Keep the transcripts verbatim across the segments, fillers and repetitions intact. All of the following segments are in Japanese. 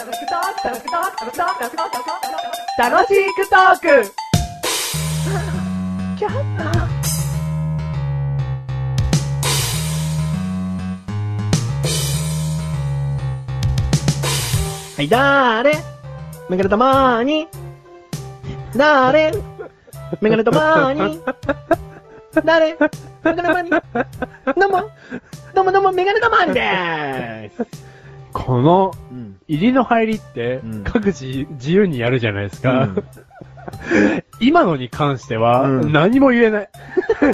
楽しくトークはい、だーれメガネたまーにだーれメガネたまーにだーれメガネたまーにどうもどうもどうもメガネたまーにでーす。 この入りの入りって各自自由にやるじゃないですか、うん、今のに関しては何も言えない、うん、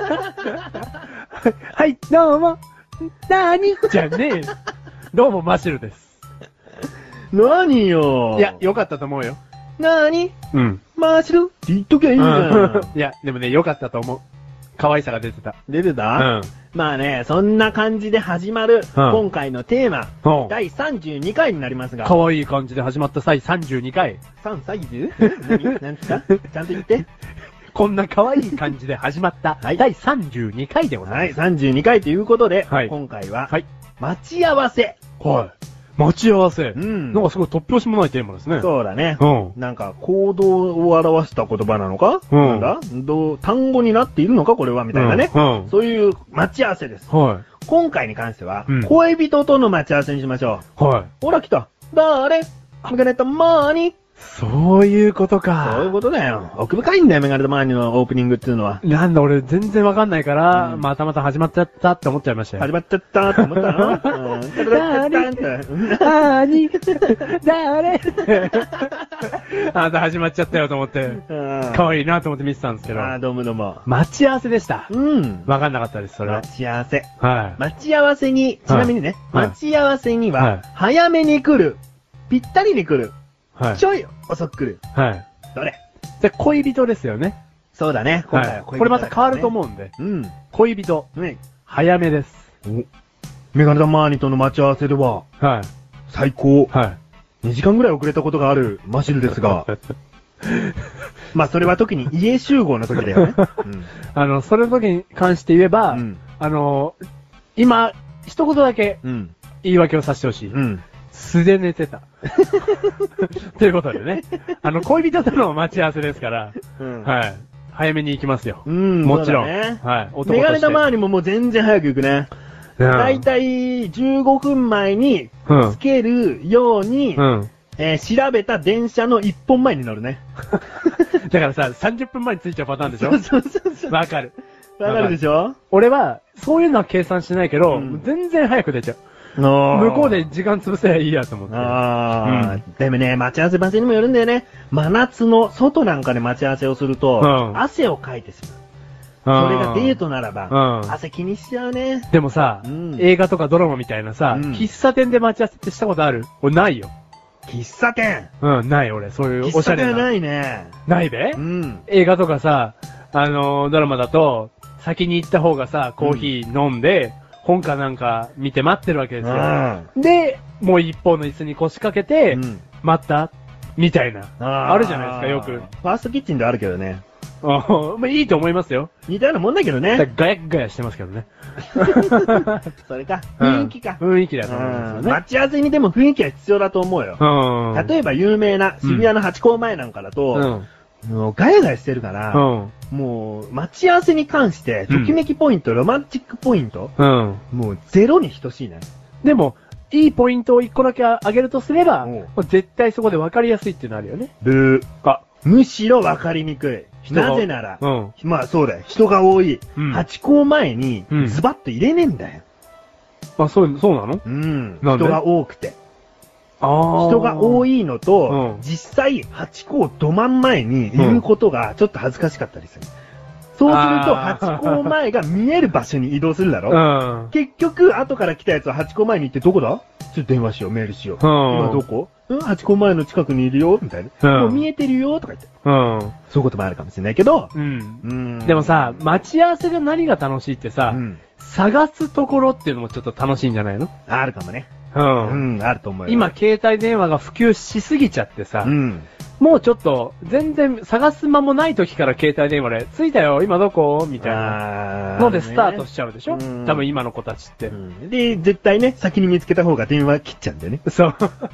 はいどうもなーにじゃねえどうもマシルです。 何よ。 いや、よかったと思うよ。 なーにうん。 マシルって言っときゃいいんだよ。 いや、でもね、よかったと思う。可愛さが出てた。 出てた？うん。まあね、そんな感じで始まる、うん、今回のテーマ、うん、だいさんじゅうにかいになりますが。 可愛い感じで始まった際さんじゅうにかい。 さんサイズ？何？何ですか？ちゃんと言って。 こんな可愛い感じで始まった、はい、だいさんじゅうにかいでございます。はい、 さんじゅうにかいということで、はい、今回は、はい、待ち合わせ。 はい。待ち合わせ。うん。なんかすごい突拍子もないテーマですね。 そうだね。うん。なんか行動を表した言葉なのか、うん、なんだどう、単語になっているのかこれはみたいなね。うん。うん、そういう待ち合わせです。はい。今回に関しては、うん、恋人との待ち合わせにしましょう。はい。ほら来た。だーれメガネたまーに。 そういうことか。 そういうことだよ。奥深いんだよ、メガネたまーにのオープニングっていうのは。 なんだ、俺全然わかんないから、うん、またまた始まっちゃったって思っちゃいましたよ。 始まっちゃったって思ったのうん。だーにだーれあなた始まっちゃったよと思って、可愛いなと思って見てたんですけど。 あー、どうもどうも。 待ち合わせでした。 うん。 わかんなかったです、それは。 待ち合わせ。 はい。 待ち合わせに、ちなみにね、はい、待ち合わせには、早めに来る。ぴったりに来る。はい。ちょい遅く来る。はい。どれ？ じゃ、恋人ですよね。 そうだね。 今回は恋人、ね。はい。これまた変わると思うんで。うん。恋人。うん。早めです。 お。メガネタマーニとの待ち合わせでは。はい。最高。はい。にじかんぐらい遅れたことがあるマシルですが。まあ、それは時に家集合の時だよね。うん。 あの、それの時に関して言えば、うん、あの、今、一言だけ、うん。言い訳をさせてほしい。うん。素で寝てた。ということでね。あの、恋人との待ち合わせですから、うん、はい。早めに行きますよ。うん、もちろん。ね、はい。男として。メガネたまーにももう全然早く行くね。だいたいじゅうごふんまえにつけるように、うん、えー、調べた電車のいっぽんまえに乗るね。 だからさ、さんじゅっぷんまえに着いちゃうパターンでしょ？そうそうそう。わかる。 わかるでしょ？ 俺は、そういうのは計算しないけど、うん、全然早く出ちゃう。向こうで時間潰せばいいやと思って。 ああ、うん、でもね、待ち合わせ場所にもよるんだよね。真夏の外なんかで待ち合わせをすると、うん、汗をかいてしまう。それがデートならば、うん、汗気にしちゃうね。 でもさ、うん、映画とかドラマみたいなさ、うん、喫茶店で待ち合わせってしたことある？俺ないよ。 喫茶店？ うん、ない俺、そういうおしゃれな。 喫茶店ないね。 ないべ？うん。映画とかさ、あのー、ドラマだと、先に行った方がさ、コーヒー飲んで、うん本かなんか見て待ってるわけですよ。うん、で、もう一方の椅子に腰掛けて、うん、待ったみたいな。あ, あるじゃないですか、よく。ファーストキッチンであるけどね。 あまあいいと思いますよ。 似たようなもんだけどね。 ガヤガヤしてますけどね。 それか、雰囲気か。 うん、雰囲気だと思いますよね。 待ち合わせにでも雰囲気は必要だと思うよ。うん、例えば有名な渋谷のハチ公前なんかだと、うんもうガヤガヤしてるから、うん、もう待ち合わせに関して、ときめきポイント、うん、ロマンチックポイント、うん、もうゼロに等しいね。 でも、いいポイントを一個だけ上げるとすれば、絶対そこで分かりやすいっていうのあるよね。 ブー。あ、むしろ分かりにくい。なぜなら、うん、まあそうだよ。人が多い。うん、ハチ公前に、ズバッと入れねえんだよ。 あ、そう、そうなの？ うん。人が多くて。人が多いのと、うん、実際、ハチ公ど真ん前にいることがちょっと恥ずかしかったりする。そうすると、ハチ公前が見える場所に移動するだろ、うん、結局、後から来たやつはハチ公前に行ってどこだちょっと電話しよう、メールしよう。うん、今どこうんハチ公前の近くにいるよみたいな、うん。もう見えてるよとか言って。うん。そういうこともあるかもしれないけど。うん。 うん、でもさ、待ち合わせで何が楽しいってさ、うん、探すところっていうのもちょっと楽しいんじゃないの？ あるかもね。 うん。うん、あると思うよ。今、携帯電話が普及しすぎちゃってさ、うん、もうちょっと、全然探す間もない時から携帯電話で、着いたよ、今どこみたいなのでスタートしちゃうでしょ、ね、多分今の子たちって、うん。で、絶対ね、先に見つけた方が電話切っちゃうんだよね。そう。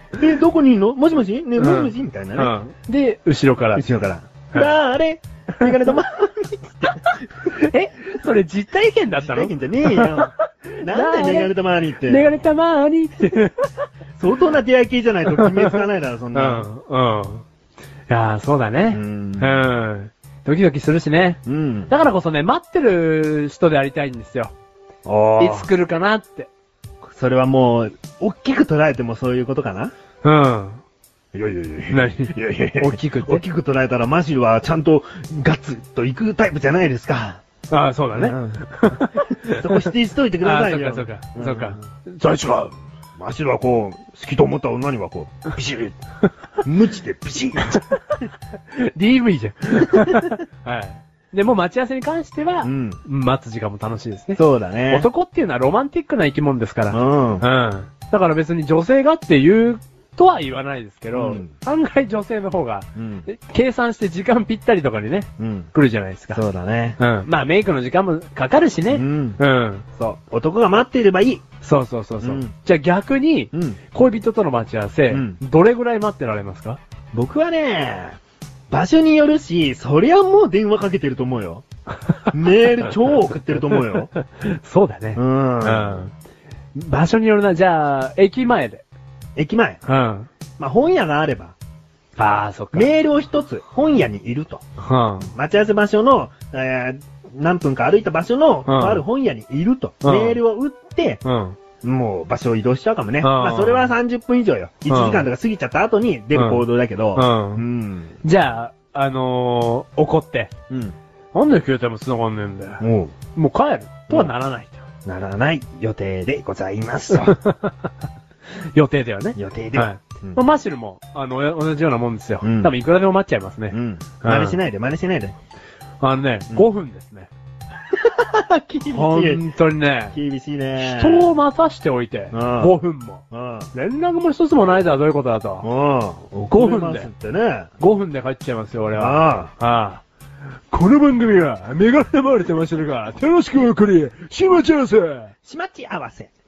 え、どこにいんのもしもしねえ、もしもしみたいなね。 うん。で、後ろから。 後ろから。だーれメガネとマーニえそれ実体験だったの？ 実体験じゃねえよ。なんでメガネとマーニって。 メガネとマーニって。 相当な出会い系じゃないと決めつかないだろ、そんな。 うん。うん。いやー、そうだね。うん。うん。ドキドキするしね。うん。だからこそね、待ってる人でありたいんですよ。いつ来るかなって。それはもう、大きく捉えてもそういうことかな？ うん。 いやいやいやいや。何？いやいやいや。大きく大きく捉えたらマシルはちゃんとガッツと行くタイプじゃないですか。 ああ、そうだね。うん、 そこ指定しといてくださいよ。 ああ、そうか、そうか。 最初は、マシルはこう、好きと思った女にはこう、ピシッ。無知でピシッ。 ディーブイ じゃん。はい。でも待ち合わせに関しては、うん、待つ時間も楽しいですね。 そうだね。 男っていうのはロマンティックな生き物ですから。うん。うん。だから別に女性がっていうとは言わないですけど、うん、案外女性の方が、うん、計算して時間ぴったりとかにね、うん、来るじゃないですか。 そうだね。 うん。まあメイクの時間もかかるしね。うん。うん。 そう。男が待っていればいい。 そうそうそうそう、うん。じゃあ逆に、うん、恋人との待ち合わせ、うん、どれぐらい待ってられますか？ 僕はね、場所によるし、そりゃもう電話かけてると思うよ。メール超送ってると思うよ。 そうだね。うん。うん。場所によるな、じゃあ、駅前で。 駅前。うん。まあ、本屋があれば。 ああ、そっか。 メールを一つ、本屋にいると。うん。待ち合わせ場所の、えー、何分か歩いた場所の、うん、ある本屋にいると。うん、メールを打って、うん。もう場所を移動しちゃうかもね。うん、まあそれはさんじゅっぷん以上よ。いちじかんとか過ぎちゃった後に出る行動だけど。うん。うん、 じゃあ、あのー、怒って。うん。なんで携帯も繋がんねえんだよ。もう。もう帰るとはならないと。ならない予定でございます。 予定ではね。 予定では。はい。 うん、まあ、マッシュルも、あの、同じようなもんですよ。うん、多分いくらでも待っちゃいますね。うん。 真似しないで、真似しないで。 あのね、うん、ごふんですね。 厳しい。 本当にね。 厳しいね。 人を待たしておいて、うん、ごふんも。うん、連絡も一つもないとはどういうことだと。うん、ごふんで。ってね。ごふんで帰っちゃいますよ、俺は。ああ。ああ。この番組は、メガネ回れてましたが、楽しくお送り、しまち合わせ。 しまち合わせ。